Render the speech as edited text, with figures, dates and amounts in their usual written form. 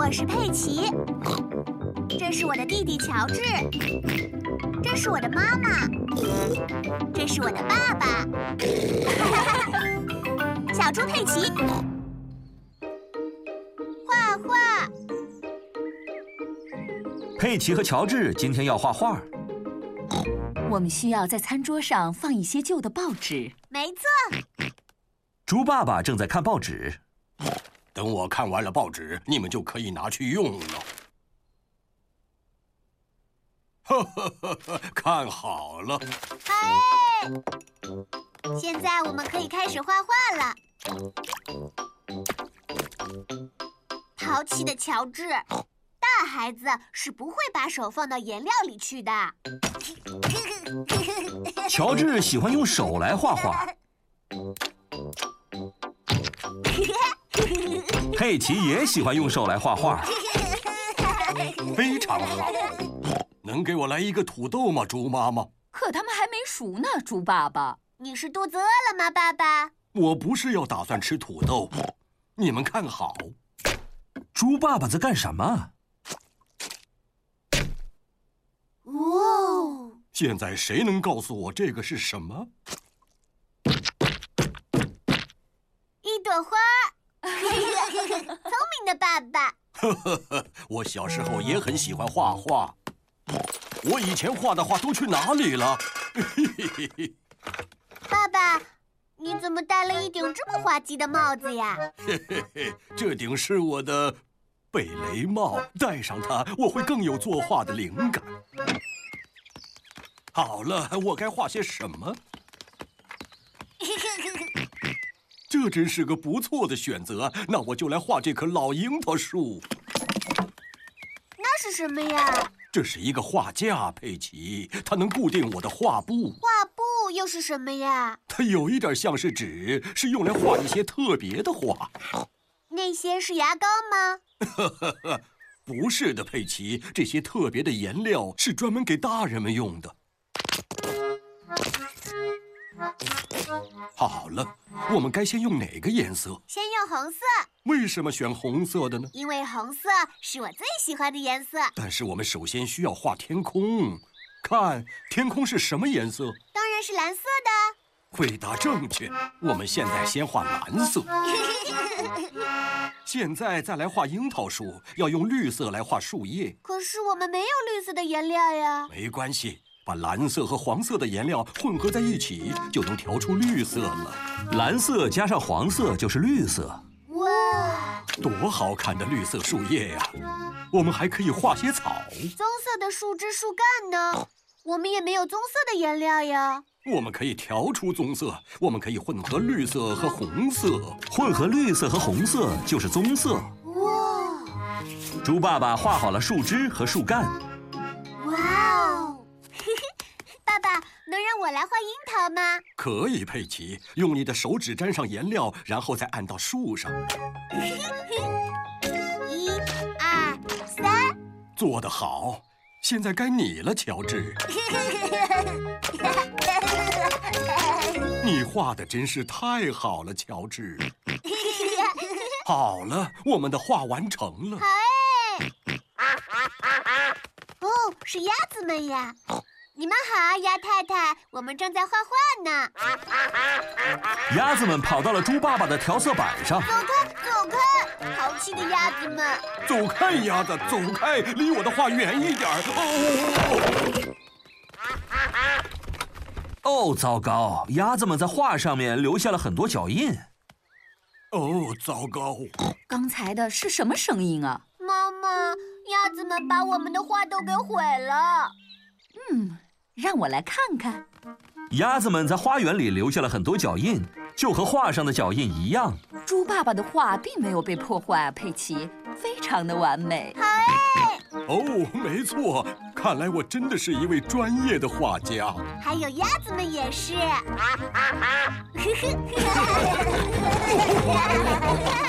我是佩奇，这是我的弟弟乔治，这是我的妈妈，这是我的爸爸。小猪佩奇，画画。 佩奇和乔治今天要画画。 我们需要在餐桌上放一些旧的报纸。 没错。 猪爸爸正在看报纸。 等我看完了报纸，你们就可以拿去用了。呵呵呵呵，看好了。 哎，现在我们可以开始画画了。淘气的乔治，大孩子是不会把手放到颜料里去的。 乔治喜欢用手来画画。佩奇也喜欢用手来画画。 非常好。能给我来一个土豆吗，猪妈妈？ 可它们还没熟呢，猪爸爸。 你是肚子饿了吗，爸爸？ 我不是要打算吃土豆。你们看好。 猪爸爸在干什么？ 哦！ 现在谁能告诉我这个是什么？ 一朵花。聪明的爸爸。 呵呵呵，我小时候也很喜欢画画。我以前画的画都去哪里了？ 爸爸，你怎么戴了一顶这么滑稽的帽子呀？ 嘿嘿嘿，这顶是我的贝雷帽，戴上它我会更有作画的灵感。好了，我该画些什么？这真是个不错的选择，那我就来画这棵老樱桃树。 那是什么呀？ 这是一个画架，佩奇，它能固定我的画布。 画布又是什么呀？ 它有一点像是纸，是用来画一些特别的画。 那些是牙膏吗？ 不是的，佩奇，这些特别的颜料是专门给大人们用的。好了，我们该先用哪个颜色？ 先用红色。 为什么选红色的呢？ 因为红色是我最喜欢的颜色。 但是我们首先需要画天空。看，天空是什么颜色？ 当然是蓝色的。 回答正确。我们现在先画蓝色。现在再来画樱桃树，要用绿色来画树叶。 可是我们没有绿色的颜料呀。 没关系。把蓝色和黄色的颜料混合在一起，就能调出绿色了。 蓝色加上黄色就是绿色。 哇， 多好看的绿色树叶呀！我们还可以画些草。 棕色的树枝、树干呢？我们也没有棕色的颜料呀。 我们可以调出棕色，我们可以混合绿色和红色。 混合绿色和红色就是棕色。 哇！ 猪爸爸画好了树枝和树干。 哇哦！爸爸，能让我来画樱桃吗？ 可以，佩奇，用你的手指沾上颜料，然后再按到树上。 1、2、3， 做得好！现在该你了，乔治。你画的真是太好了，乔治。好了，我们的画完成了。 哦，是鸭子们呀！你们好，鸭太太，我们正在画画呢。 鸭子们跑到了猪爸爸的调色板上。 走开，走开！淘气的鸭子们！ 走开，鸭子，走开，离我的画远一点。 哦，糟糕！鸭子们在画上面留下了很多脚印。 哦，糟糕！ 刚才的是什么声音啊？ 妈妈，鸭子们把我们的画都给毁了。 让我来看看。 鸭子们在花园里留下了很多脚印，就和画上的脚印一样。 猪爸爸的画并没有被破坏啊，佩奇，非常的完美。 哦，没错，看来我真的是一位专业的画家。 还有鸭子们也是。